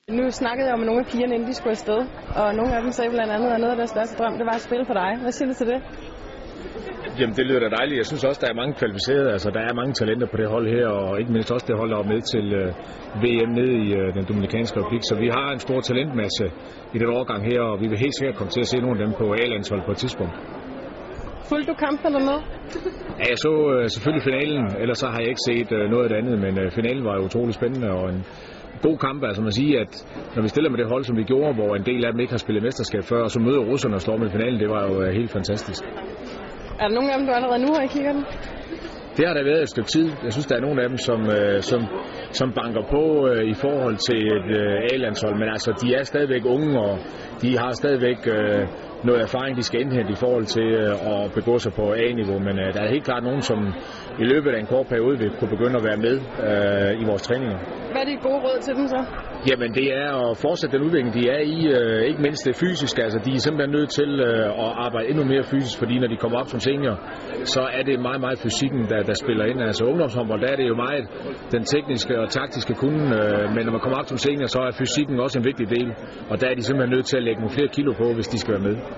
Nu snakkede jeg med nogle af pigerne, inden de skulle afsted, og nogle af dem sagde blandt andet, at noget af deres største drøm, det var at spille for dig. Hvad siger du til det? Jamen, det lyder da dejligt. Jeg synes også, der er mange kvalificerede. Altså, der er mange talenter på det hold her, og ikke mindst også det hold, der er med til VM nede i den Dominikanske Republik. Så vi har en stor talentmasse i den årgang her, og vi vil helt sikkert komme til at se nogle af dem på A-landshold på et tidspunkt. Fulgte du kampen med? Ja, jeg så selvfølgelig finalen, ellers så har jeg ikke set noget af det andet, men finalen var jo utrolig spændende og en god kamp. Altså man siger, at når vi stiller med det hold, som vi gjorde, hvor en del af dem ikke har spillet mesterskab før, og så møder russerne og slår med finalen, det var jo helt fantastisk. Er der nogen af dem, du allerede nu har i kiggerne? Det har der været et stykke tid. Jeg synes, der er nogle af dem, som banker på i forhold til et A-landshold, men altså, de er stadigvæk unge, og de har stadigvæk noget erfaring, de skal indhente i forhold til at begå sig på A-niveau, men der er helt klart nogen, som i løbet af en kort periode vil kunne begynde at være med i vores træninger. Hvad er de gode råd til dem så? Jamen det er at fortsætte den udvikling, de er i, ikke mindst det fysiske, altså de er simpelthen nødt til at arbejde endnu mere fysisk, fordi når de kommer op som senior, så er det meget, meget fysikken, der spiller ind. Altså ungdomshåndbold, der er det jo meget den tekniske og taktiske kunde, men når man kommer op som senior, så er fysikken også en vigtig del, og der er de simpelthen nødt til at lægge nogle flere kilo på, hvis de skal være med.